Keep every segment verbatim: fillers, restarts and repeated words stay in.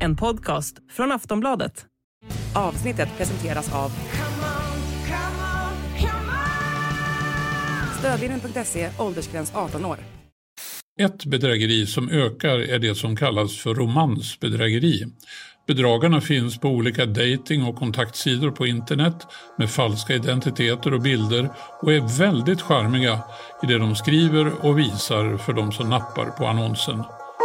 En podcast från Aftonbladet. Avsnittet presenteras av Stödlinjen punkt se, åldersgräns arton år. Ett bedrägeri som ökar är det som kallas för romansbedrägeri. Bedragarna finns på olika dating- och kontaktsidor på internet med falska identiteter och bilder och är väldigt charmiga i det de skriver och visar för de som nappar på annonsen.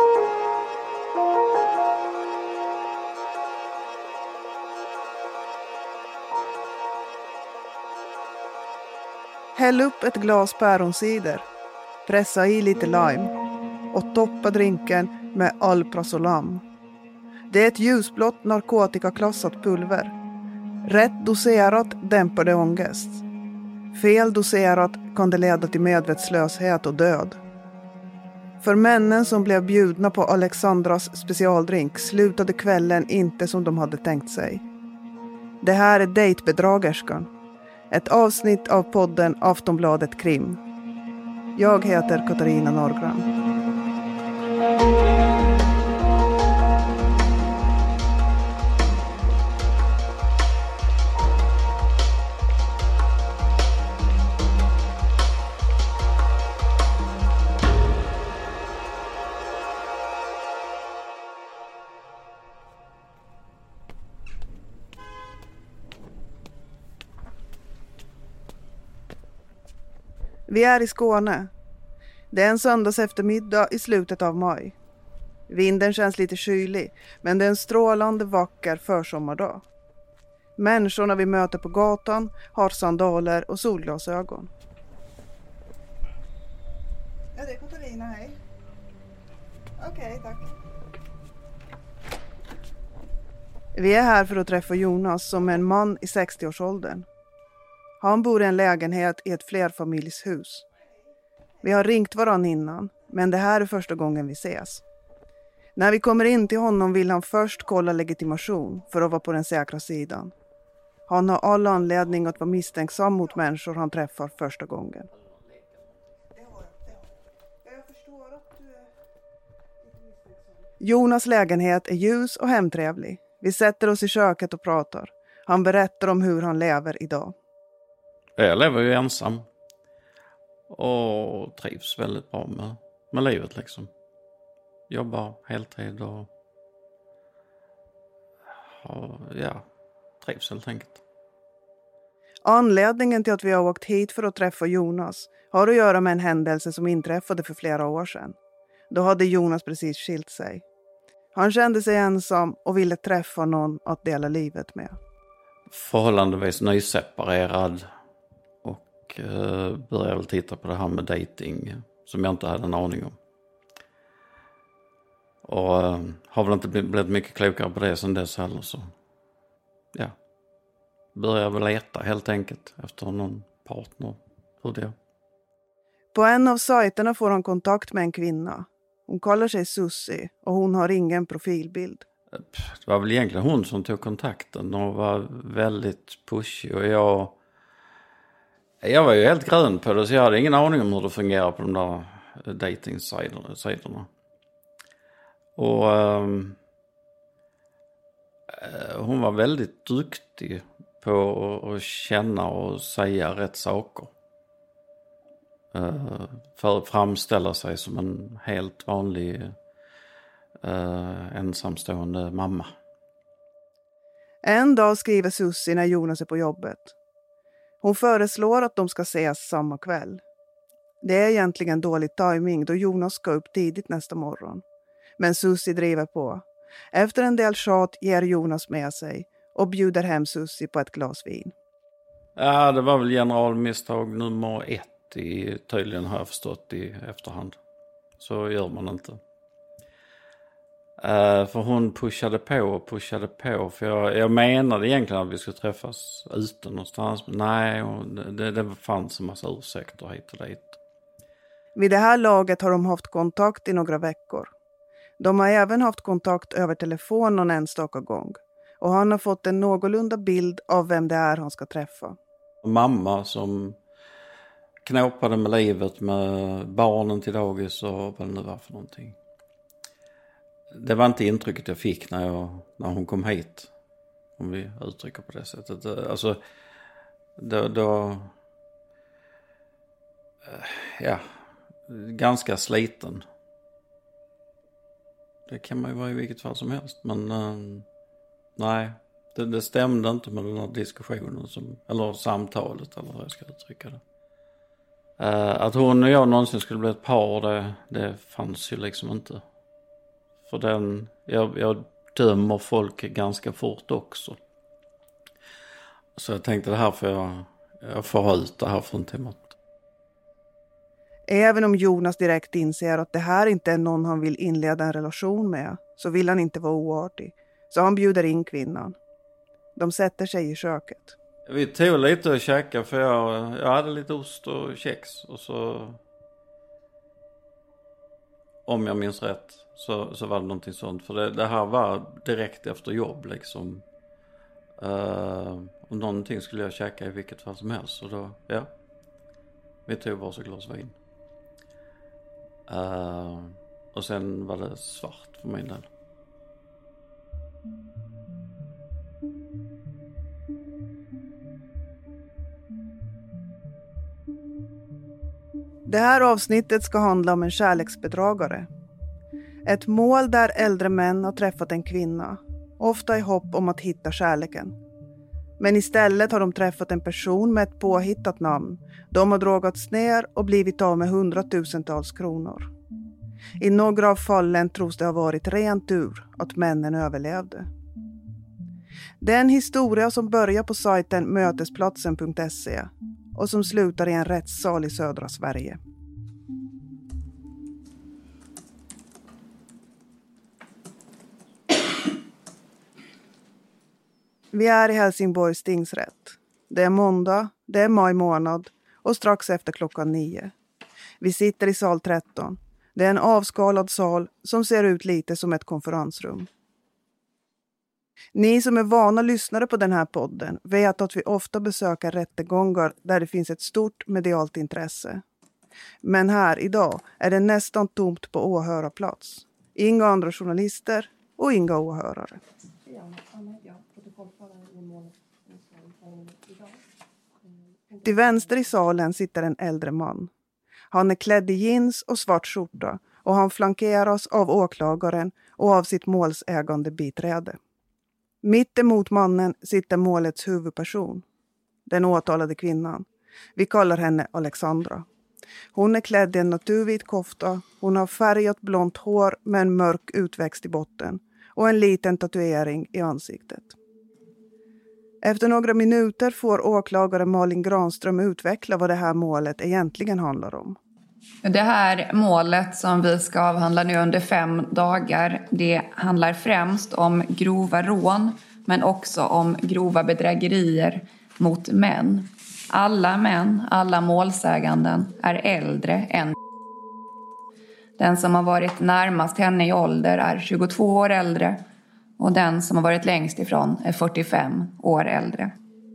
Häll upp ett glas päronsider. Pressa i lite lime. Och toppa drinken med Alprazolam. Det är ett ljusblått narkotikaklassat pulver. Rätt doserat dämpar det ångest. Fel doserat kan det leda till medvetslöshet och död. För männen som blev bjudna på Alexandras specialdrink slutade kvällen inte som de hade tänkt sig. Det här är Dejtbedragerskan. Ett avsnitt av podden Aftonbladet Krim. Jag heter Katarina Norgran. Vi är i Skåne. Det är en söndags eftermiddag i slutet av maj. Vinden känns lite kylig, men det är en strålande vacker försommardag. Människorna vi möter på gatan har sandaler och solglasögon. Ja, det är Katarina, hej. Okej, tack. Vi är här för att träffa Jonas som är en man i sextioårsåldern. Han bor i en lägenhet i ett flerfamiljshus. Vi har ringt varann innan, men det här är första gången vi ses. När vi kommer in till honom vill han först kolla legitimation för att vara på den säkra sidan. Han har all anledning att vara misstänksam mot människor han träffar första gången. Jonas lägenhet är ljus och hemtrevlig. Vi sätter oss i köket och pratar. Han berättar om hur han lever idag. Jag lever ju ensam. Och trivs väldigt bra med, med livet liksom. Jobbar heltid och, och ja, trivs helt enkelt. Anledningen till att vi har åkt hit för att träffa Jonas har att göra med en händelse som inträffade för flera år sedan. Då hade Jonas precis skilt sig. Han kände sig ensam och ville träffa någon att dela livet med. Förhållandevis nyseparerad. Och uh, började väl titta på det här med dating som jag inte hade en aning om. Och uh, har väl inte blivit mycket klokare på det sen dess heller, så ja. Började väl leta helt enkelt efter någon partner. Hur det? På en av sajterna får han kontakt med en kvinna. Hon kallar sig Susie och hon har ingen profilbild. Det var väl egentligen hon som tog kontakten och var väldigt pushy, och jag Jag var ju helt grön på det, så jag hade ingen aning om hur det fungerar på de där dating-sidorna. Och um, hon var väldigt duktig på att känna och säga rätt saker. Uh, för att framställa sig som en helt vanlig uh, ensamstående mamma. En dag skriver Susie när Jonas är på jobbet. Hon föreslår att de ska ses samma kväll. Det är egentligen dålig timing då Jonas ska upp tidigt nästa morgon. Men Susie driver på. Efter en del tjat ger Jonas med sig och bjuder hem Susie på ett glas vin. Ja, det var väl generalmisstag nummer ett i, tydligen har jag förstått i efterhand. Så gör man inte. Uh, för hon pushade på och pushade på. För jag, jag menade egentligen att vi skulle träffas ute någonstans. Men nej, och det, det fanns en massa ursäkter hit och dit. Vid det här laget har de haft kontakt i några veckor. De har även haft kontakt över telefon någon enstaka gång. Och han har fått en någorlunda bild av vem det är han ska träffa. Mamma som knåpade med livet med barnen till dagis och vad det nu var för någonting. det var inte intrycket jag fick när, jag, när hon kom hit. Om vi uttrycker på det sättet. Alltså, då, då ja, ganska sliten. Det kan man ju vara i vilket fall som helst. Men uh, nej, det, det stämde inte med den här diskussionen. Som, eller samtalet, eller hur jag ska uttrycka det. Uh, att hon och jag någonsin skulle bli ett par, det, det fanns ju liksom inte. För den, jag, jag dömer folk ganska fort också. Så jag tänkte det här får jag, jag får ut det här från Timot. Även om Jonas direkt inser att det här inte är någon han vill inleda en relation med, så vill han inte vara oartig. Så han bjuder in kvinnan. De sätter sig i köket. Vi tog lite att käka för jag, jag hade lite ost och kex. Och så, om jag minns rätt, så, så var det någonting sånt. För det, det här var direkt efter jobb liksom. Uh, och någonting skulle jag käka i vilket fall som helst. Så då, ja. Vi tog varsin glas vin. Uh, och sen var det svart för min del. Det här avsnittet ska handla om en kärleksbedragare. Ett mål där äldre män har träffat en kvinna, ofta i hopp om att hitta kärleken. Men istället har de träffat en person med ett påhittat namn. De har dragats ner och blivit av med hundratusentals kronor. I några av fallen tros det ha varit ren tur att männen överlevde. Det är en historia som börjar på sajten mötesplatsen punkt se och som slutar i en rättssal i södra Sverige. Vi är i Helsingborgs tingsrätt. Det är måndag, det är maj månad och strax efter klockan nio. Vi sitter i sal tretton. Det är en avskalad sal som ser ut lite som ett konferensrum. Ni som är vana lyssnare på den här podden vet att vi ofta besöker rättegångar där det finns ett stort medialt intresse. Men här idag är det nästan tomt på åhörarplats. Inga andra journalister och inga åhörare. Till vänster i salen sitter en äldre man. Han är klädd i jeans och svart skjorta och han flankeras av åklagaren och av sitt målsägande biträde. Mitt emot mannen sitter målets huvudperson, den åtalade kvinnan. Vi kallar henne Alexandra. Hon är klädd i en naturvit kofta, hon har färgat blont hår med en mörk utväxt i botten och en liten tatuering i ansiktet. Efter några minuter får åklagare Malin Granström utveckla vad det här målet egentligen handlar om. Det här målet som vi ska avhandla nu under fem dagar, det handlar främst om grova rån men också om grova bedrägerier mot män. Alla män, alla målsäganden är äldre än. Den som har varit närmast henne i ålder är tjugotvå år äldre och den som har varit längst ifrån är fyrtiofem år äldre.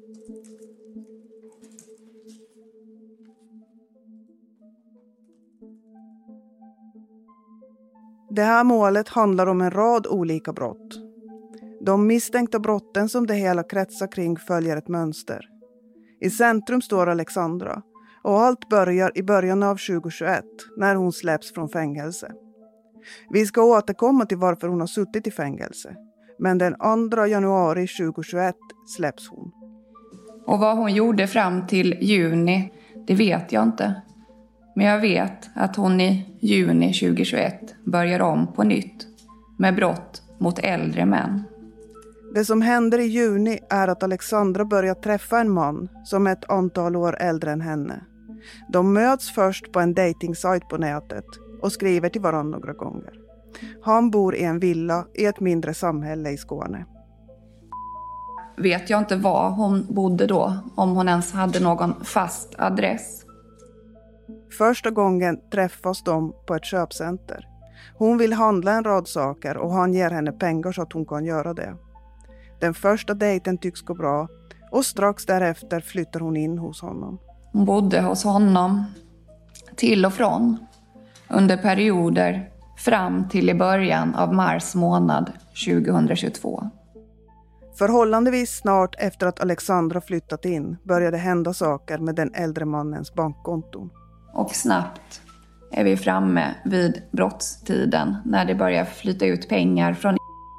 Det här målet handlar om en rad olika brott. De misstänkta brotten som det hela kretsar kring följer ett mönster. I centrum står Alexandra och allt börjar i början av tjugohundratjugoett när hon släpps från fängelse. Vi ska återkomma till varför hon har suttit i fängelse. Men den andra januari tjugohundratjugoett släpps hon. Och vad hon gjorde fram till juni, det vet jag inte. Men jag vet att hon i juni tjugohundratjugoett börjar om på nytt med brott mot äldre män. Det som händer i juni är att Alexandra börjar träffa en man som är ett antal år äldre än henne. De möts först på en datingsajt på nätet och skriver till varandra några gånger. Han bor i en villa i ett mindre samhälle i Skåne. Vet jag inte var hon bodde då, om hon ens hade någon fast adress. Första gången träffas de på ett köpcenter. Hon vill handla en rad saker och han ger henne pengar så att hon kan göra det. Den första dejten tycks gå bra och strax därefter flyttar hon in hos honom. Hon bodde hos honom till och från under perioder fram till i början av mars månad tjugohundratjugotvå. Förhållandevis snart efter att Alexandra flyttat in började hända saker med den äldre mannens bankkonton. Och snabbt är vi framme vid brottstiden när det börjar flyta ut pengar från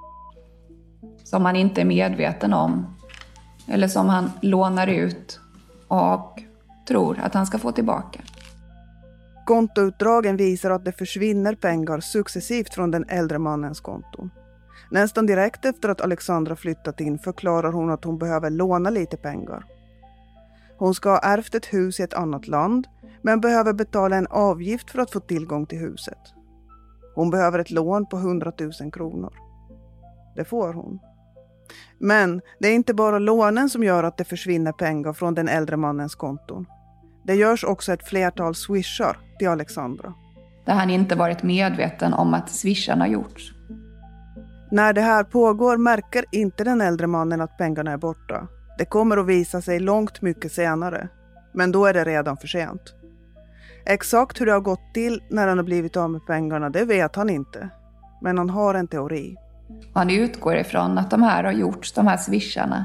som han inte är medveten om eller som han lånar ut och tror att han ska få tillbaka. Kontoutdragen visar att det försvinner pengar successivt från den äldre mannens konton. Nästan direkt efter att Alexandra flyttat in förklarar hon att hon behöver låna lite pengar. Hon ska ha ärvt ett hus i ett annat land men behöver betala en avgift för att få tillgång till huset. Hon behöver ett lån på hundratusen kronor. Det får hon. Men det är inte bara lånen som gör att det försvinner pengar från den äldre mannens konton. Det görs också ett flertal swishar till Alexandra. Där han inte varit medveten om att swisharna gjorts. När det här pågår märker inte den äldre mannen att pengarna är borta. Det kommer att visa sig långt mycket senare. Men då är det redan för sent. Exakt hur det har gått till när han har blivit av med pengarna, det vet han inte. Men han har en teori. Han utgår ifrån att de här har gjorts, de här swisharna,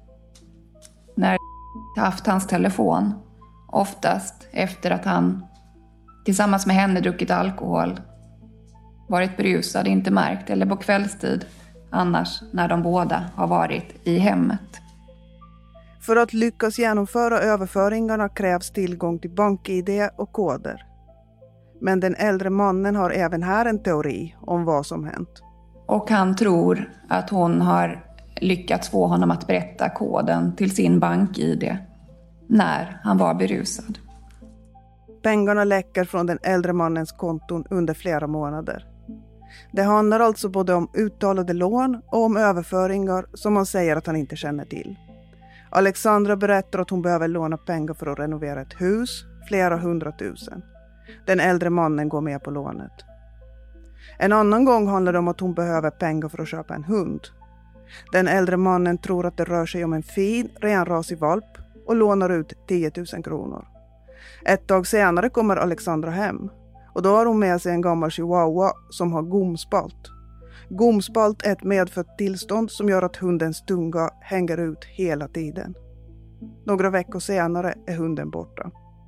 när haft hans telefon. Oftast efter att han tillsammans med henne druckit alkohol, varit berusad, inte märkt, eller på kvällstid annars när de båda har varit i hemmet. För att lyckas genomföra överföringarna krävs tillgång till bank-I D och koder. Men den äldre mannen har även här en teori om vad som hänt. Och han tror att hon har lyckats få honom att berätta koden till sin bank-I D när han var berusad. Pengarna läcker från den äldre mannens konton under flera månader. Det handlar alltså både om uttalade lån och om överföringar som han säger att han inte känner till. Alexandra berättar att hon behöver låna pengar för att renovera ett hus, flera hundratusen. Den äldre mannen går med på lånet. En annan gång handlar det om att hon behöver pengar för att köpa en hund. Den äldre mannen tror att det rör sig om en fin, renrasig valp och lånar ut tio tusen kronor. Ett tag senare kommer Alexandra hem och då har hon med sig en gammal chihuahua som har gomspalt. Gomspalt är ett medfött tillstånd som gör att hundens tunga hänger ut hela tiden. Några veckor senare är hunden borta.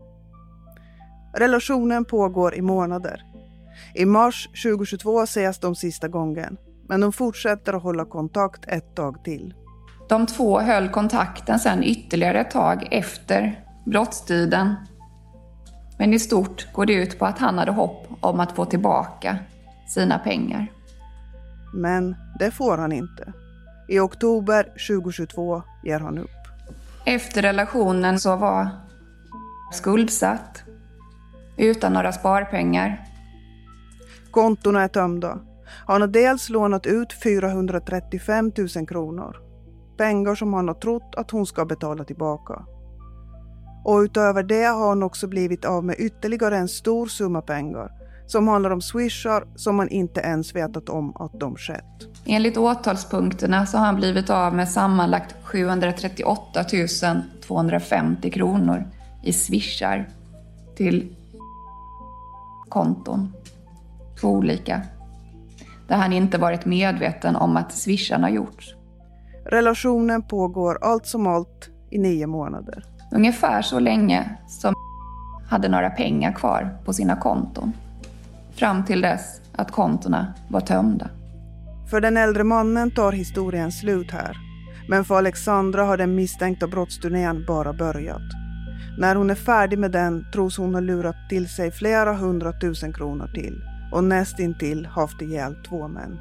Relationen pågår i månader. I mars tjugohundratjugotvå ses de sista gången, men de fortsätter att hålla kontakt ett tag till. De två höll kontakten sedan ytterligare ett tag efter brottstiden. Men i stort går det ut på att han hade hopp om att få tillbaka sina pengar. Men det får han inte. I oktober tjugohundratjugotvå ger han upp. Efter relationen så var skuldsatt, utan några sparpengar. Kontona är tömda. Han har dels lånat ut fyrahundratrettiofem tusen kronor. Pengar som han har trott att hon ska betala tillbaka. Och utöver det har han också blivit av med ytterligare en stor summa pengar som handlar om swishar som man inte ens vetat om att de skett. Enligt åtalspunkterna så har han blivit av med sammanlagt sjuhundratrettioåtta tusen tvåhundrafemtio kronor i swishar till konton. Två olika. Där han inte varit medveten om att swisharna gjorts. Relationen pågår allt som allt i nio månader. Ungefär så länge som hade några pengar kvar på sina konton. Fram till dess att kontona var tömda. För den äldre mannen tar historien slut här. Men för Alexandra har den misstänkta brottsturnén bara börjat. När hon är färdig med den tros hon ha lurat till sig flera hundratusen kronor till. Och nästintill haft ihjäl två män.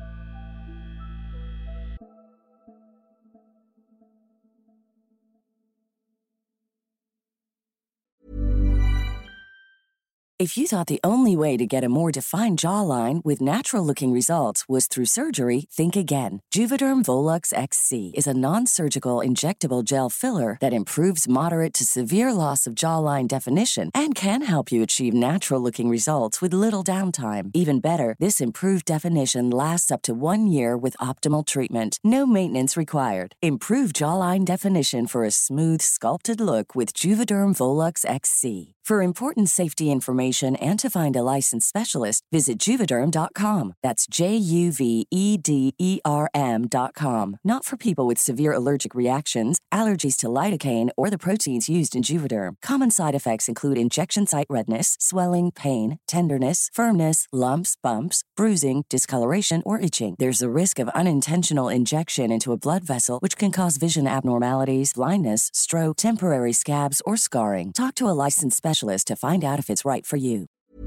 If you thought the only way to get a more defined jawline with natural-looking results was through surgery, think again. Juvederm Volux X C is a non-surgical injectable gel filler that improves moderate to severe loss of jawline definition and can help you achieve natural-looking results with little downtime. Even better, this improved definition lasts up to one year with optimal treatment. No maintenance required. Improve jawline definition for a smooth, sculpted look with Juvederm Volux X C. For important safety information and to find a licensed specialist, visit juvederm dot com. That's J U V E D E R M dot com. Not for people with severe allergic reactions, allergies to lidocaine, or the proteins used in Juvederm. Common side effects include injection site redness, swelling, pain, tenderness, firmness, lumps, bumps, bruising, discoloration, or itching. There's a risk of unintentional injection into a blood vessel, which can cause vision abnormalities, blindness, stroke, temporary scabs, or scarring. Talk to a licensed specialist to find out if it's right for you.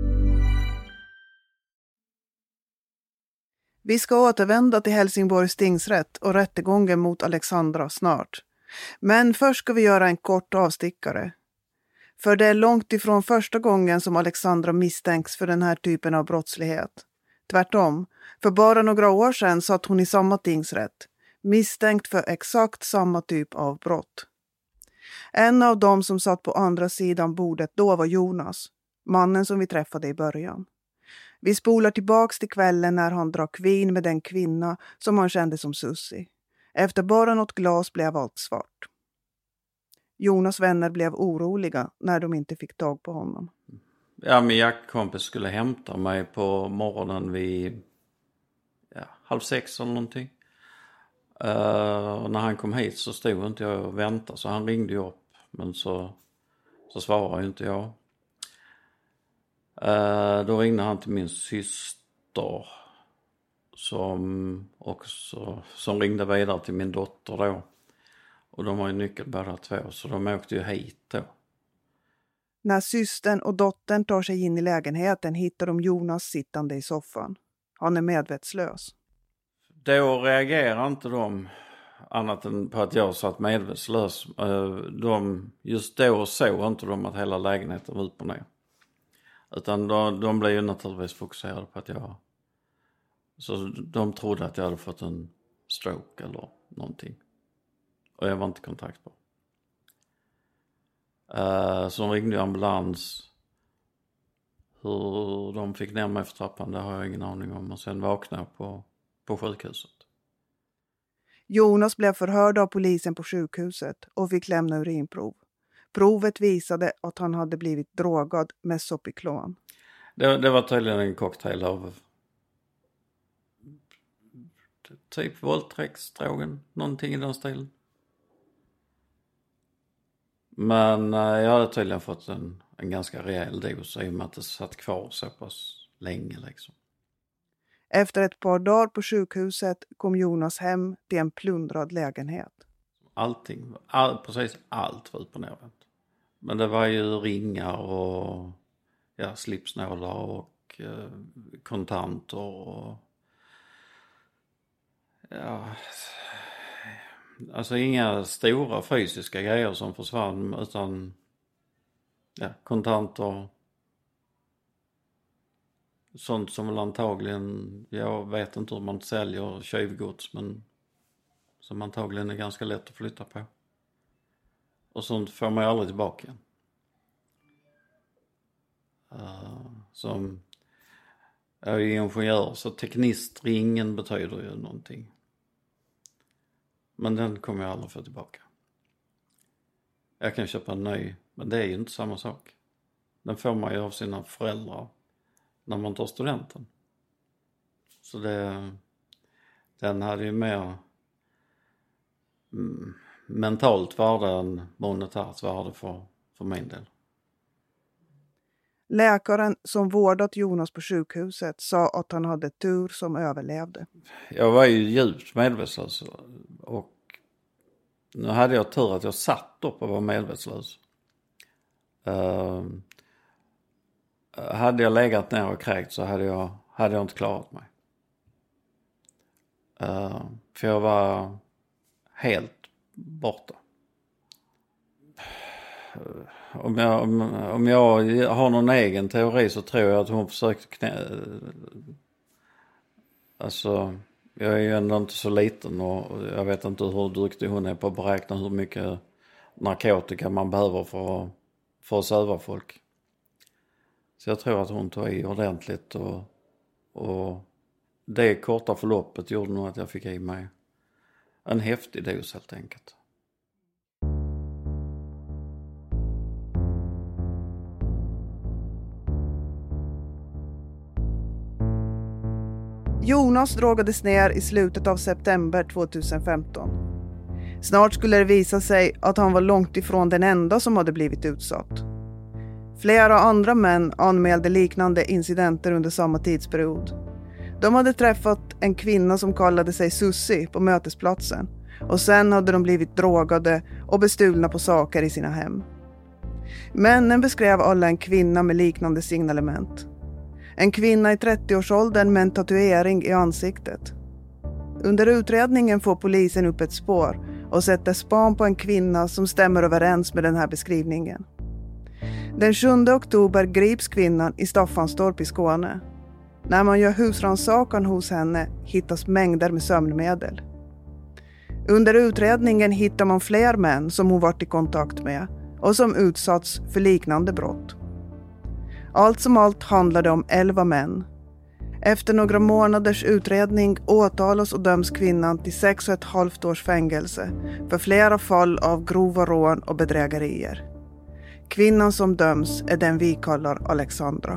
Vi ska återvända till Helsingborgs tingsrätt och rättegången mot Alexandra snart. Men först ska vi göra en kort avstickare. För det är långt ifrån första gången som Alexandra misstänks för den här typen av brottslighet. Tvärtom, för bara några år sedan satt hon i samma tingsrätt, misstänkt för exakt samma typ av brott. En av dem som satt på andra sidan bordet då var Jonas, mannen som vi träffade i början. Vi spolar tillbaks till kvällen när han drack vin med den kvinna som han kände som Susie. Efter bara något glas blev allt svart. Jonas vänner blev oroliga när de inte fick tag på honom. Ja, min jaktkompis skulle hämta mig på morgonen vid ja, halv sex eller någonting. Uh, och när han kom hit så stod inte jag och väntade, så han ringde ju upp. Men så, så svarade inte jag. Uh, då ringde han till min syster som också som ringde vidare till min dotter då. Och de har ju nyckel båda två, så de åkte ju hit då. När systern och dottern tar sig in i lägenheten hittar de Jonas sittande i soffan. Han är medvetslös. Då reagerar inte de annat än på att jag satt medvetslös. De, just då såg inte de att hela lägenheten var upp och ner. Utan de, de blev ju naturligtvis fokuserade på att jag... Så de trodde att jag hade fått en stroke eller någonting. Och jag var inte kontaktbar. Uh, så de ringde ambulans. Hur de fick ner mig för trappan, det har jag ingen aning om. Och sen vaknade jag på, på sjukhuset. Jonas blev förhörd av polisen på sjukhuset och fick lämna urinprov. Provet visade att han hade blivit drogad med Sopiklon. Det, det var tydligen en cocktail av typ våldtäktsdrogen, någonting i den stilen. Men eh, jag hade tydligen fått en, en ganska rejäl dos i och med att det satt kvar så pass länge liksom. Efter ett par dagar på sjukhuset kom Jonas hem till en plundrad lägenhet. Allting, all, precis allt var upp och nervänt. Men det var ju ringar och ja, slipsnålar och eh, kontanter och ja, alltså inga stora fysiska grejer som försvann, utan ja, kontanter, sånt som väl antagligen, jag vet inte hur man säljer tjuvgods, men som antagligen är ganska lätt att flytta på. Och sånt får man ju aldrig tillbaka igen. Uh, som jag är ju ingenjör, så teknistringen betyder ju någonting. Men den kommer jag aldrig få tillbaka. Jag kan köpa en ny, men det är ju inte samma sak. Den får man ju av sina föräldrar när man tar studenten. Så det, den hade ju mer mm, mentalt värde än monetärt värde för, för min del. Läkaren som vårdat Jonas på sjukhuset sa att han hade tur som överlevde. Jag var ju djupt medvetslös och nu hade jag tur att jag satt upp och var medvetslös. Uh, hade jag legat ner och kräkt så hade jag, hade jag inte klarat mig. Uh, för jag var helt borta. Uh, om, jag, om, om jag har någon egen teori så tror jag att hon försökte knä... Alltså, jag är ju ändå inte så liten och jag vet inte hur duktig hon är på att beräkna hur mycket narkotika man behöver för, för att söva folk. Så jag tror att hon tog i ordentligt och, och det korta förloppet gjorde nog att jag fick i mig en häftig dos helt enkelt. Jonas drogades ner i slutet av september tjugohundrafemton. Snart skulle det visa sig att han var långt ifrån den enda som hade blivit utsatt. Flera andra män anmälde liknande incidenter under samma tidsperiod. De hade träffat en kvinna som kallade sig Sussi på mötesplatsen och sen hade de blivit drogade och bestulna på saker i sina hem. Männen beskrev alla en kvinna med liknande signalement. En kvinna i trettioårsåldern med en tatuering i ansiktet. Under utredningen får polisen upp ett spår och sätter span på en kvinna som stämmer överens med den här beskrivningen. Den sjunde oktober grips kvinnan i Staffanstorp i Skåne. När man gör husrannsakan hos henne hittas mängder med sömnmedel. Under utredningen hittar man fler män som hon varit i kontakt med och som utsatts för liknande brott. Allt som allt handlade om elva män. Efter några månaders utredning åtalas och döms kvinnan till sex och ett halvt års fängelse för flera fall av grova rån och bedrägerier. Kvinnan som döms är den vi kallar Alexandra.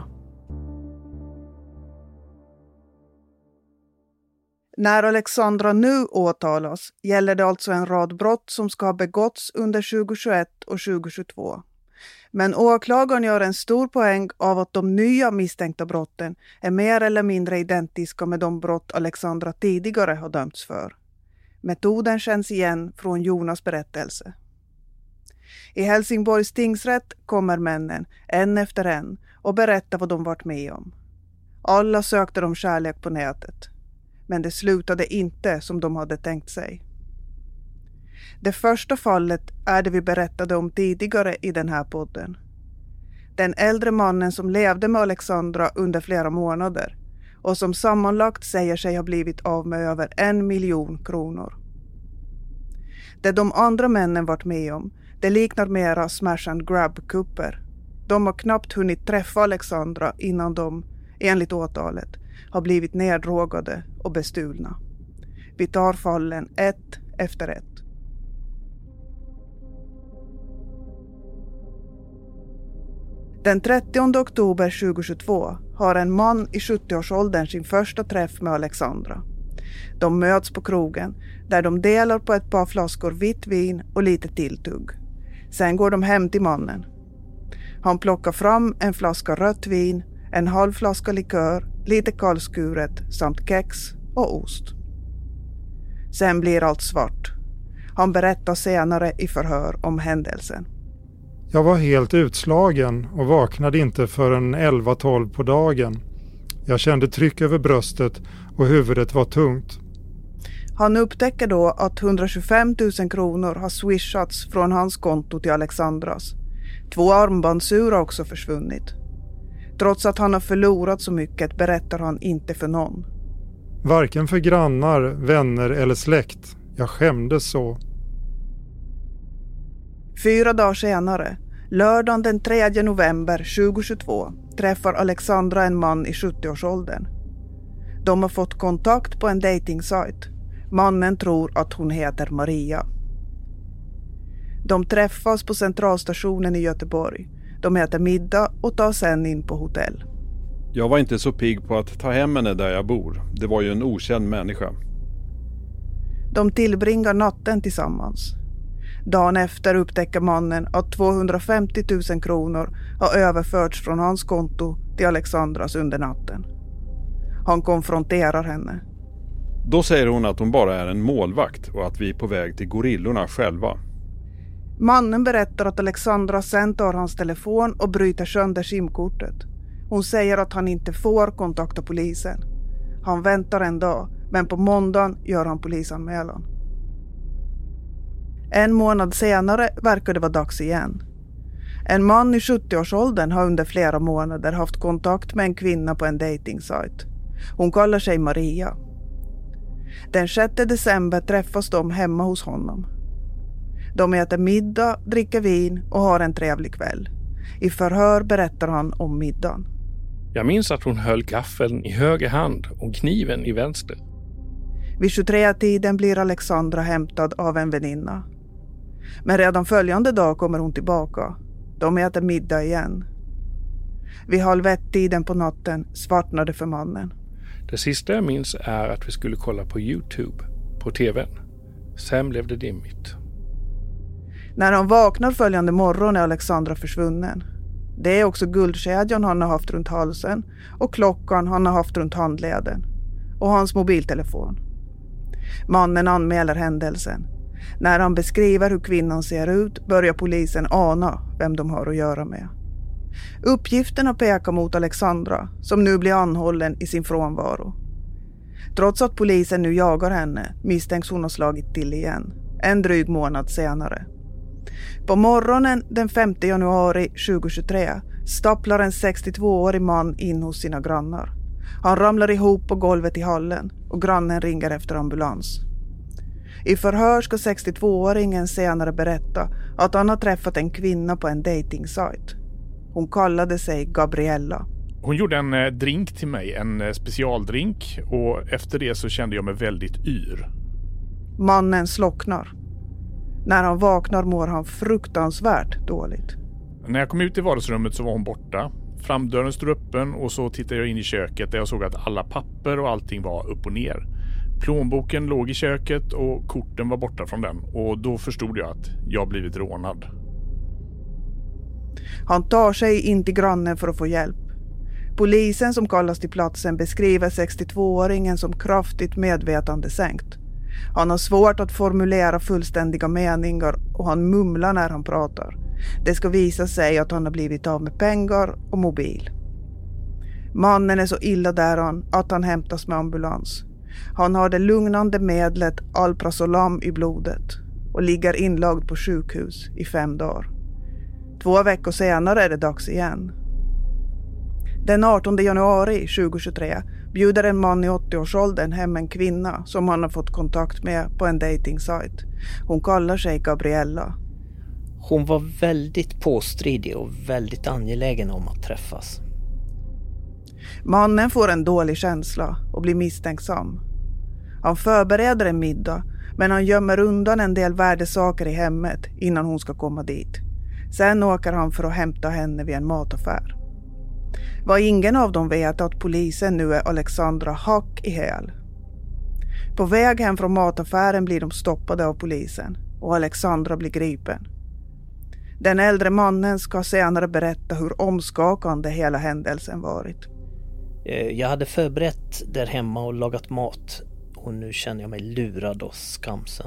När Alexandra nu åtalas gäller det alltså en rad brott som ska ha begåtts under tjugohundratjugoett och tjugohundratjugotvå. Men åklagaren gör en stor poäng av att de nya misstänkta brotten är mer eller mindre identiska med de brott Alexandra tidigare har dömts för. Metoden känns igen från Jonas berättelse. I Helsingborgs tingsrätt kommer männen en efter en och berättar vad de varit med om. Alla sökte de kärlek på nätet. Men det slutade inte som de hade tänkt sig. Det första fallet är det vi berättade om tidigare i den här podden. Den äldre mannen som levde med Alexandra under flera månader och som sammanlagt säger sig ha blivit av med över en miljon kronor. Det de andra männen varit med om, det liknar mera smash and grab-kupper. De har knappt hunnit träffa Alexandra innan de, enligt åtalet, har blivit neddrogade och bestulna. Vi tar fallen ett efter ett. Den trettionde oktober tjugohundratjugotvå har en man i sjuttioårsåldern sin första träff med Alexandra. De möts på krogen där de delar på ett par flaskor vitt vin och lite tilltugg. Sen går de hem till mannen. Han plockar fram en flaska rött vin, en halv flaska likör, lite kallskuret samt kex och ost. Sen blir allt svart. Han berättar senare i förhör om händelsen. Jag var helt utslagen och vaknade inte förrän elva tolv på dagen. Jag kände tryck över bröstet och huvudet var tungt. Han upptäcker då att hundratjugofem tusen kronor har swishats från hans konto till Alexandras. Två armbandsur har också försvunnit. Trots att han har förlorat så mycket berättar han inte för någon. Varken för grannar, vänner eller släkt. Jag skämdes så. Fyra dagar senare, lördagen den tredje november tjugohundratjugotvå, träffar Alexandra en man i sjuttioårsåldern. De har fått kontakt på en datingsajt. Mannen tror att hon heter Maria. De träffas på centralstationen i Göteborg. De äter middag och tar sen in på hotell. Jag var inte så pigg på att ta hem henne där jag bor. Det var ju en okänd människa. De tillbringar natten tillsammans. Dagen efter upptäcker mannen att tvåhundrafemtio tusen kronor har överförts från hans konto till Alexandras under natten. Han konfronterar henne. Då säger hon att hon bara är en målvakt och att vi är på väg till gorillorna själva. Mannen berättar att Alexandra sen tar hans telefon och bryter sönder simkortet. Hon säger att han inte får kontakta polisen. Han väntar en dag, men på måndagen gör han polisanmälan. En månad senare verkar det vara dags igen. En man i sjuttioårsåldern har under flera månader haft kontakt med en kvinna på en datingsajt. Hon kallar sig Maria. Den sjätte december träffas de hemma hos honom. De äter middag, dricker vin och har en trevlig kväll. I förhör berättar han om middagen. Jag minns att hon höll gaffeln i höger hand och kniven i vänster. Vid tjugotre-tiden blir Alexandra hämtad av en väninna. Men redan följande dag kommer hon tillbaka. De äter middag igen. Vid halv ett-tiden på natten svartnade för mannen. Det sista jag minns är att vi skulle kolla på YouTube på tvn. Sen blev det dimmigt. När han vaknar följande morgon är Alexandra försvunnen. Det är också guldkedjan han har haft runt halsen och klockan han har haft runt handleden. Och hans mobiltelefon. Mannen anmäler händelsen. När han beskriver hur kvinnan ser ut börjar polisen ana vem de har att göra med. Uppgifterna pekar mot Alexandra som nu blir anhållen i sin frånvaro. Trots att polisen nu jagar henne misstänks hon ha slagit till igen, en dryg månad senare. På morgonen den femte januari tjugohundratjugotre stapplar en sextiotvåårig man in hos sina grannar. Han ramlar ihop på golvet i hallen och grannen ringer efter ambulans. I förhör ska sextiotvååringen senare berätta att han har träffat en kvinna på en datingsajt. Hon kallade sig Gabriella. Hon gjorde en drink till mig, en specialdrink, och efter det så kände jag mig väldigt yr. Mannen slocknar. När han vaknar mår han fruktansvärt dåligt. När jag kom ut i vardagsrummet så var hon borta. Framdörren stod öppen och så tittade jag in i köket där jag såg att alla papper och allting var upp och ner. Plånboken låg i köket och korten var borta från den, och då förstod jag att jag blivit rånad. Han tar sig in till grannen för att få hjälp. Polisen som kallas till platsen beskriver sextiotvååringen som kraftigt medvetandesänkt. Han har svårt att formulera fullständiga meningar och han mumlar när han pratar. Det ska visa sig att han har blivit av med pengar och mobil. Mannen är så illa däran att han hämtas med ambulans. Han har det lugnande medlet Alprazolam i blodet och ligger inlagd på sjukhus i fem dagar. Två veckor senare är det dags igen. Den artonde januari tjugohundratjugotre bjuder en man i åttioårsåldern hem en kvinna som han har fått kontakt med på en datingsajt. Hon kallar sig Gabriella. Hon var väldigt påstridig och väldigt angelägen om att träffas. Mannen får en dålig känsla och blir misstänksam. Han förbereder en middag, men han gömmer undan en del värdesaker i hemmet innan hon ska komma dit. Sen åker han för att hämta henne vid en mataffär. Vad ingen av dem vet är att polisen nu är Alexandra hack i häl. På väg hem från mataffären blir de stoppade av polisen och Alexandra blir gripen. Den äldre mannen ska senare berätta hur omskakande hela händelsen varit. Jag hade förberett där hemma och lagat mat och nu känner jag mig lurad och skamsen.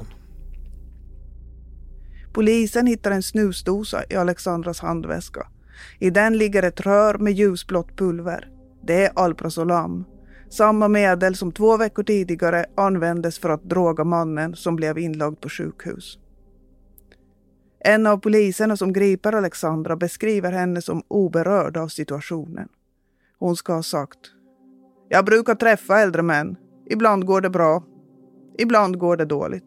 Polisen hittar en snusdosa i Alexandras handväska. I den ligger ett rör med ljusblått pulver. Det är Alprazolam. Samma medel som två veckor tidigare användes för att droga mannen som blev inlagd på sjukhus. En av poliserna som griper Alexandra beskriver henne som oberörd av situationen. Hon ska ha sagt: "Jag brukar träffa äldre män. Ibland går det bra. Ibland går det dåligt."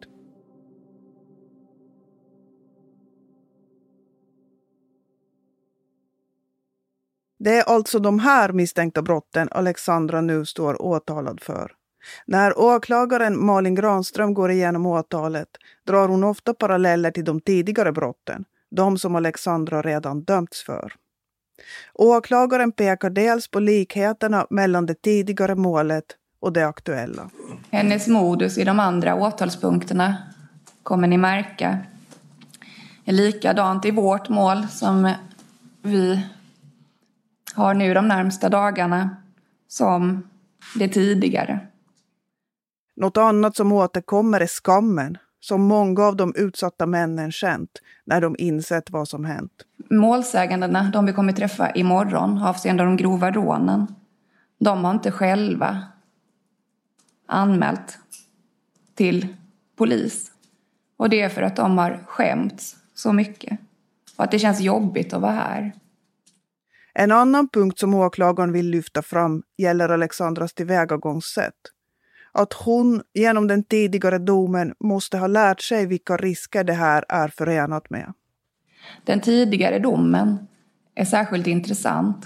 Det är alltså de här misstänkta brotten Alexandra nu står åtalad för. När åklagaren Malin Granström går igenom åtalet drar hon ofta paralleller till de tidigare brotten, de som Alexandra redan dömts för. Åklagaren pekar dels på likheterna mellan det tidigare målet och det aktuella. Hennes modus i de andra åtalspunkterna kommer ni märka är likadant i vårt mål som vi har nu de närmsta dagarna som det tidigare. Något annat som återkommer är skammen som många av de utsatta männen känt när de insett vad som hänt. Målsägandena, de vi kommer träffa imorgon avseende de grova rånen, de har inte själva anmält till polis. Och det är för att de har skämts så mycket. Och att det känns jobbigt att vara här. En annan punkt som åklagaren vill lyfta fram gäller Alexandras tillvägagångssätt. Att hon genom den tidigare domen måste ha lärt sig vilka risker det här är förenat med. Den tidigare domen är särskilt intressant.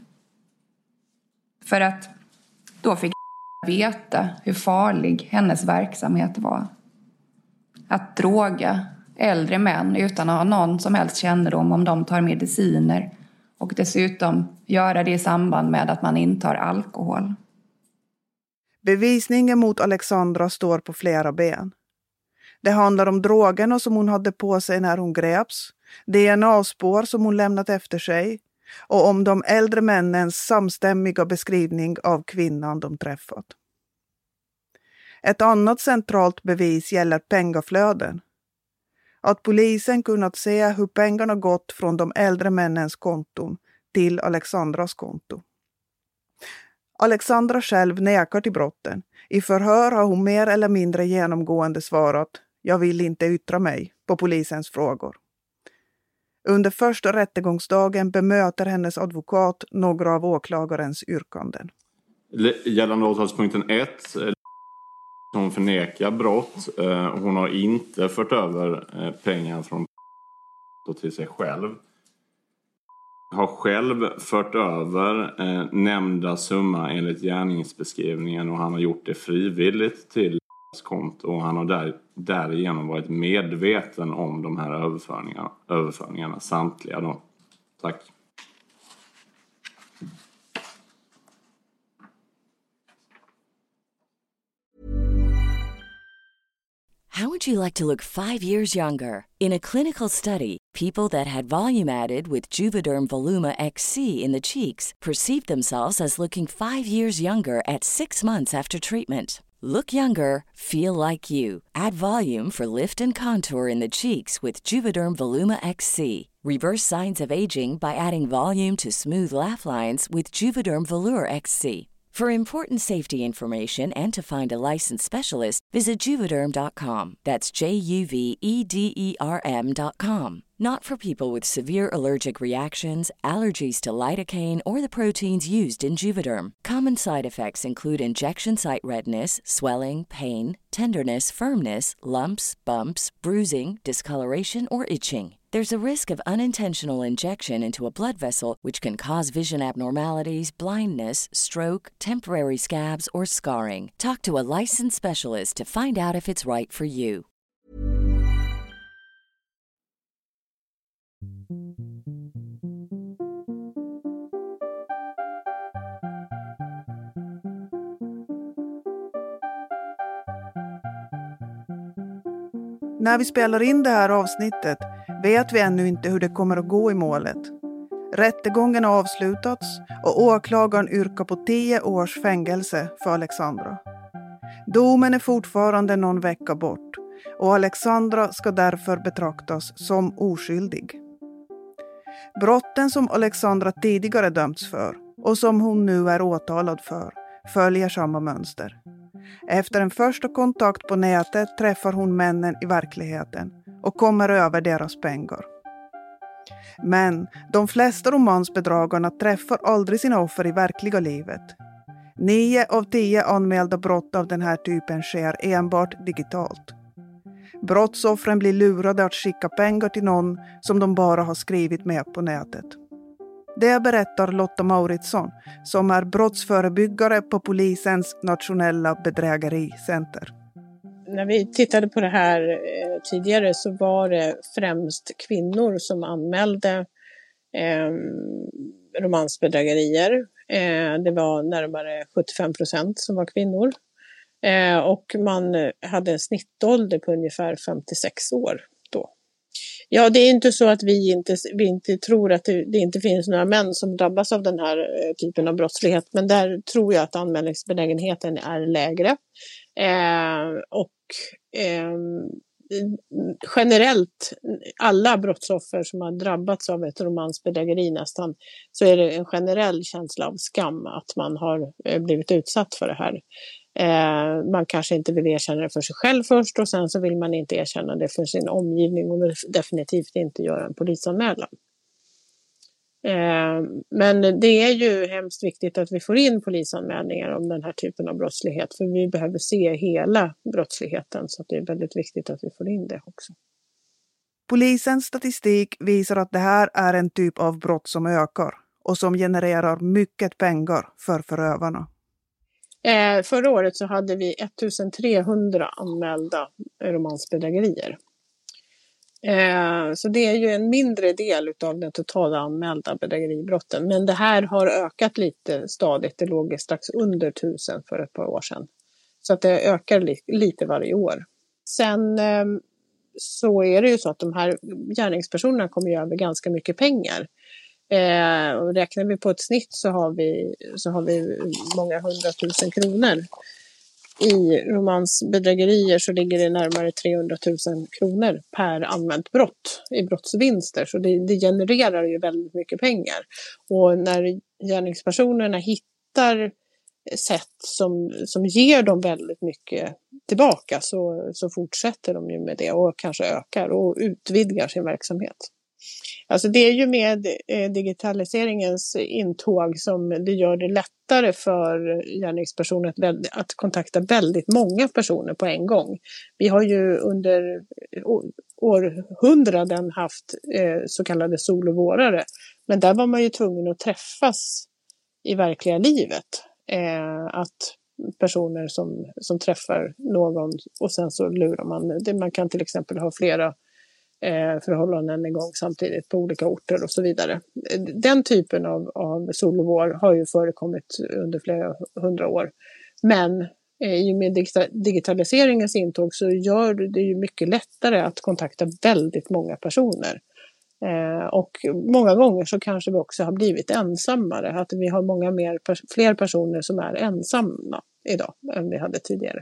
För att då fick veta hur farlig hennes verksamhet var. Att droga äldre män utan att ha någon som helst kännedom om de tar mediciner. Och dessutom göra det i samband med att man intar alkohol. Bevisningen mot Alexandra står på flera ben. Det handlar om drogerna som hon hade på sig när hon greps, D N A-spår som hon lämnat efter sig och om de äldre männens samstämmiga beskrivning av kvinnan de träffat. Ett annat centralt bevis gäller pengaflöden. Att polisen kunnat se hur pengarna gått från de äldre männens konton till Alexandras konto. Alexandra själv nekar till brotten. I förhör har hon mer eller mindre genomgående svarat "Jag vill inte yttra mig" på polisens frågor. Under första rättegångsdagen bemöter hennes advokat några av åklagarens yrkanden. Gällande åtalspunkten ett, hon förnekar brott. Hon har inte fört över pengar från till sig själv. Har själv fört över eh, nämnda summa enligt gärningsbeskrivningen och han har gjort det frivilligt till konto och han har där, därigenom varit medveten om de här överföringarna, överföringarna samtliga då. Tack. How would you like to look five years younger? In a clinical study, people that had volume added with Juvederm Voluma X C in the cheeks perceived themselves as looking five years younger at six months after treatment. Look younger, feel like you. Add volume for lift and contour in the cheeks with Juvederm Voluma X C. Reverse signs of aging by adding volume to smooth laugh lines with Juvederm Volure X C. For important safety information and to find a licensed specialist, visit Juvederm dot com. That's J U V E D E R M dot com. Not for people with severe allergic reactions, allergies to lidocaine, or the proteins used in Juvederm. Common side effects include injection site redness, swelling, pain, tenderness, firmness, lumps, bumps, bruising, discoloration, or itching. There's a risk of unintentional injection into a blood vessel, which can cause vision abnormalities, blindness, stroke, temporary scabs, or scarring. Talk to a licensed specialist to find out if it's right for you. När vi spelar in det här avsnittet vet vi ännu inte hur det kommer att gå i målet. Rättegången har avslutats och åklagaren yrkar på tio års fängelse för Alexandra. Domen är fortfarande någon vecka bort och Alexandra ska därför betraktas som oskyldig. Brotten som Alexandra tidigare dömts för och som hon nu är åtalad för följer samma mönster. Efter en första kontakt på nätet träffar hon männen i verkligheten och kommer över deras pengar. Men de flesta romansbedragarna träffar aldrig sina offer i verkliga livet. Nio av tio anmälda brott av den här typen sker enbart digitalt. Brottsoffren blir lurade att skicka pengar till någon som de bara har skrivit med på nätet. Det berättar Lotta Mauritsson som är brottsförebyggare på polisens nationella bedrägericenter. När vi tittade på det här eh, tidigare så var det främst kvinnor som anmälde eh, romansbedrägerier. Eh, det var närmare sjuttiofem procent som var kvinnor. Eh, och man hade en snittålder på ungefär femtiosex år då. Ja, det är inte så att vi inte, vi inte tror att det, det inte finns några män som drabbas av den här eh, typen av brottslighet. Men där tror jag att anmälningsbenägenheten är lägre. Eh, och eh, generellt, alla brottsoffer som har drabbats av ett romansbedrägeri nästan, så är det en generell känsla av skam att man har eh, blivit utsatt för det här. Eh, man kanske inte vill erkänna det för sig själv först och sen så vill man inte erkänna det för sin omgivning och definitivt inte göra en polisanmälan. Eh, men det är ju hemskt viktigt att vi får in polisanmälningar om den här typen av brottslighet, för vi behöver se hela brottsligheten, så att det är väldigt viktigt att vi får in det också. Polisens statistik visar att det här är en typ av brott som ökar och som genererar mycket pengar för förövarna. Eh, förra året så hade vi ettusentrehundra anmälda romansbedrägerier. Eh, så det är ju en mindre del av den totala anmälda bedrägeribrotten. Men det här har ökat lite stadigt. Det låg strax under tusen för ett par år sedan. Så att det ökar li- lite varje år. Sen eh, så är det ju så att de här gärningspersonerna kommer ju över ganska mycket pengar. Eh, och räknar vi på ett snitt så har vi, så har vi många hundratusen kronor. I romansbedrägerier så ligger det närmare trehundratusen kronor per använt brott i brottsvinster. Så det, det genererar ju väldigt mycket pengar. Och när gärningspersonerna hittar sätt som, som ger dem väldigt mycket tillbaka så, så fortsätter de ju med det och kanske ökar och utvidgar sin verksamhet. Alltså det är ju med eh, digitaliseringens intåg som det gör det lättare för gärningspersoner att, att kontakta väldigt många personer på en gång. Vi har ju under århundraden haft eh, så kallade solovårare, men där var man ju tvungen att träffas i verkliga livet. Eh, att personer som, som träffar någon och sen så lurar man. Det, man kan till exempel ha flera eh, förhållanden en gång samtidigt på olika orter och så vidare. Den typen av, av solovår har ju förekommit under flera hundra år. Men eh, i och med digita- digitaliseringens intåg så gör det ju mycket lättare att kontakta väldigt många personer. Eh, och många gånger så kanske vi också har blivit ensammare. Att vi har många mer, fler personer som är ensamma idag än vi hade tidigare.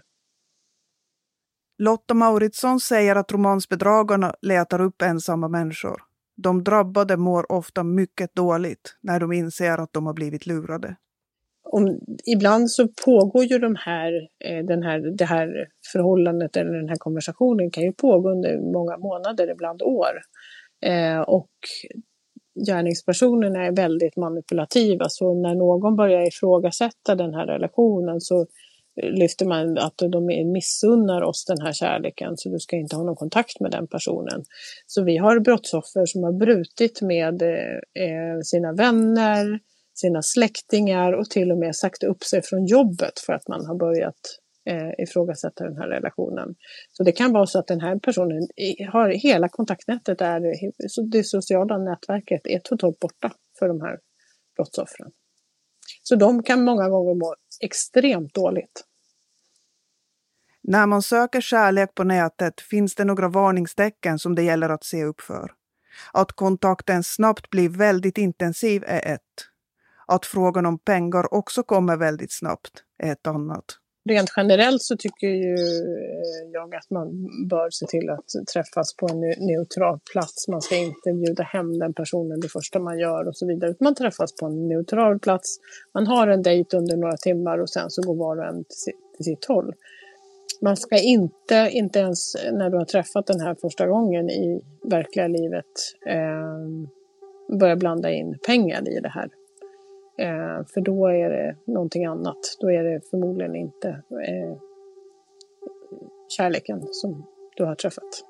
Lotta Mauritsson säger att romansbedragarna letar upp ensamma människor. De drabbade mår ofta mycket dåligt när de inser att de har blivit lurade. Om, ibland så pågår ju de här, eh, den här, det här förhållandet eller den här konversationen kan ju pågå under många månader, ibland år. Eh, och gärningspersonerna är väldigt manipulativa, så när någon börjar ifrågasätta den här relationen så lyfter man att de missunnar oss den här kärleken, så du ska inte ha någon kontakt med den personen. Så vi har brottsoffer som har brutit med eh, sina vänner, sina släktingar och till och med sagt upp sig från jobbet för att man har börjat eh, ifrågasätta den här relationen. Så det kan vara så att den här personen har hela kontaktnätet, där det sociala nätverket är totalt borta för de här brottsoffren. Så de kan många gånger må extremt dåligt. När man söker kärlek på nätet finns det några varningstecken som det gäller att se upp för. Att kontakten snabbt blir väldigt intensiv är ett. Att frågan om pengar också kommer väldigt snabbt är ett annat. Rent generellt så tycker ju jag att man bör se till att träffas på en neutral plats. Man ska inte bjuda hem den personen det första man gör och så vidare. Man träffas på en neutral plats. Man har en dejt under några timmar och sen så går var och en till sitt håll. Man ska inte, inte ens när du har träffat den här första gången i verkliga livet eh, börja blanda in pengar i det här. Eh, för då är det någonting annat. Då är det förmodligen inte eh, kärleken som du har träffat.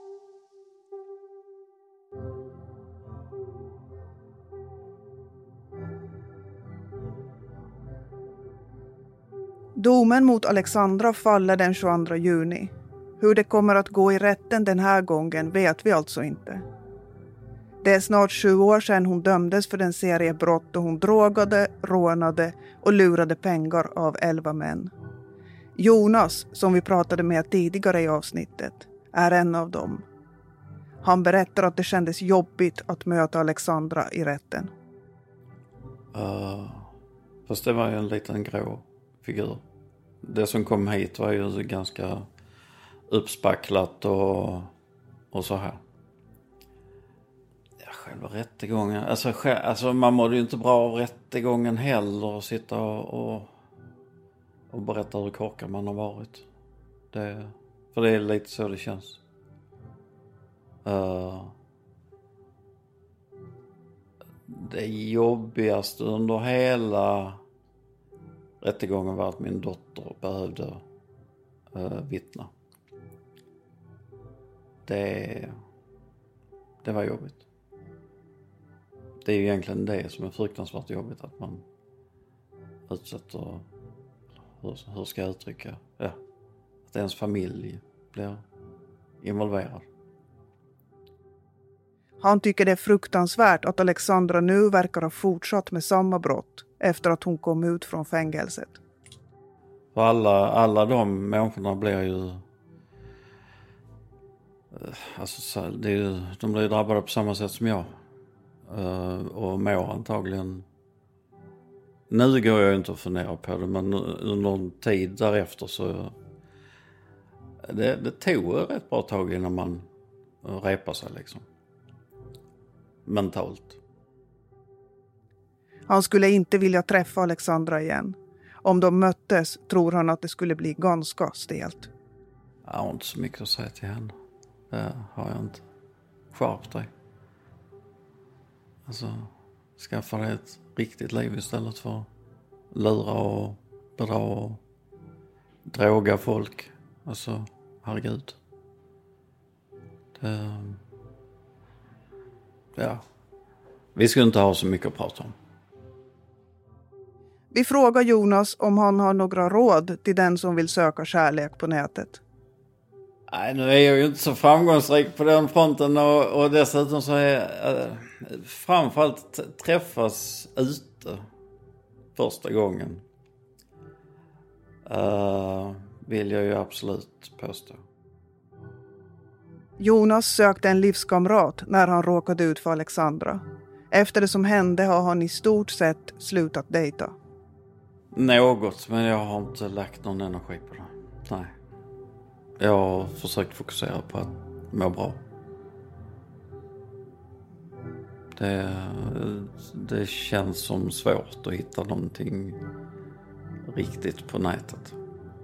Domen mot Alexandra faller den tjugoandra juni. Hur det kommer att gå i rätten den här gången vet vi alltså inte. Det är snart sju år sedan hon dömdes för den serie brott då hon drogade, rånade och lurade pengar av elva män. Jonas, som vi pratade med tidigare i avsnittet, är en av dem. Han berättar att det kändes jobbigt att möta Alexandra i rätten. Uh, fast det var ju en liten grå figur. Det som kom hit var ju ganska uppspacklat och, och så här. Ja, själva rättegången. Alltså, själv, alltså man mådde ju inte bra av rättegången heller. Och sitta och, och, och berätta hur korkad man har varit. Det, för det är lite så det känns. Uh, det jobbigaste under hela rättegången var att min dotter behövde uh, vittna. Det, det var jobbigt. Det är ju egentligen det som är fruktansvärt jobbigt, att man utsätter, hur, hur ska jag uttrycka, ja, att ens familj blir involverad. Han tycker det är fruktansvärt att Alexandra nu verkar ha fortsatt med samma brott efter att hon kom ut från fängelset. För alla, alla de människorna blir ju... Alltså, det är ju, de blir drabbade på samma sätt som jag. Uh, och mår antagligen... Nu går jag inte att fundera på det, men under en tid därefter så... Det, det tog rätt bra tag innan man repar sig liksom. Mentalt. Han skulle inte vilja träffa Alexandra igen. Om de möttes tror han att det skulle bli ganska stelt. Jag har inte så mycket att säga till henne. Det har jag inte. Skärp dig. Alltså, skaffa dig ett riktigt liv istället för att lura och bedra och droga folk. Alltså, herregud. Det... Ja. Vi skulle inte ha så mycket att prata om. Vi frågar Jonas om han har några råd till den som vill söka kärlek på nätet. Nej, nu är jag ju inte så framgångsrik på den fronten och, och dessutom så är äh, framförallt träffas ute första gången. Uh, vill jag ju absolut påstå. Jonas sökte en livskamrat när han råkade ut för Alexandra. Efter det som hände har han i stort sett slutat dejta. Något, men jag har inte lagt någon energi på det. Nej. Jag har försökt fokusera på att må bra. Det, det känns som svårt att hitta någonting riktigt på nätet.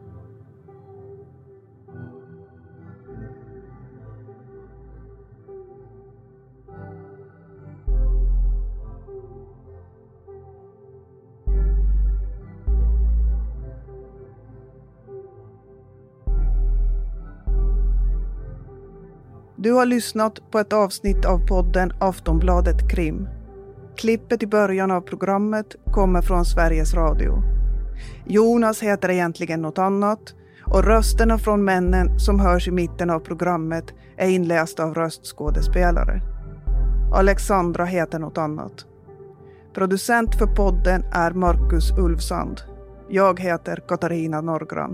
Du har lyssnat på ett avsnitt av podden Aftonbladet Krim. Klippet i början av programmet kommer från Sveriges Radio. Jonas heter egentligen något annat och rösterna från männen som hörs i mitten av programmet är inlästa av röstskådespelare. Alexandra heter något annat. Producent för podden är Marcus Ulfsand. Jag heter Katarina Norgran.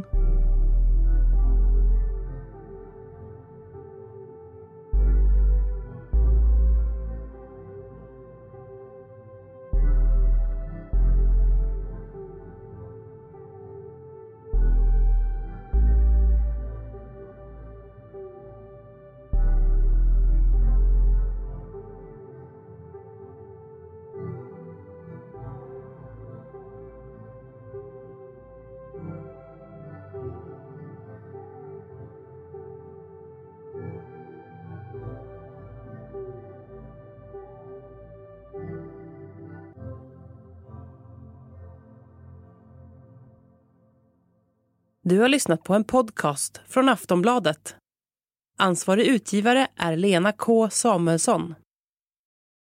Du har lyssnat på en podcast från Aftonbladet. Ansvarig utgivare är Lena K. Samuelsson.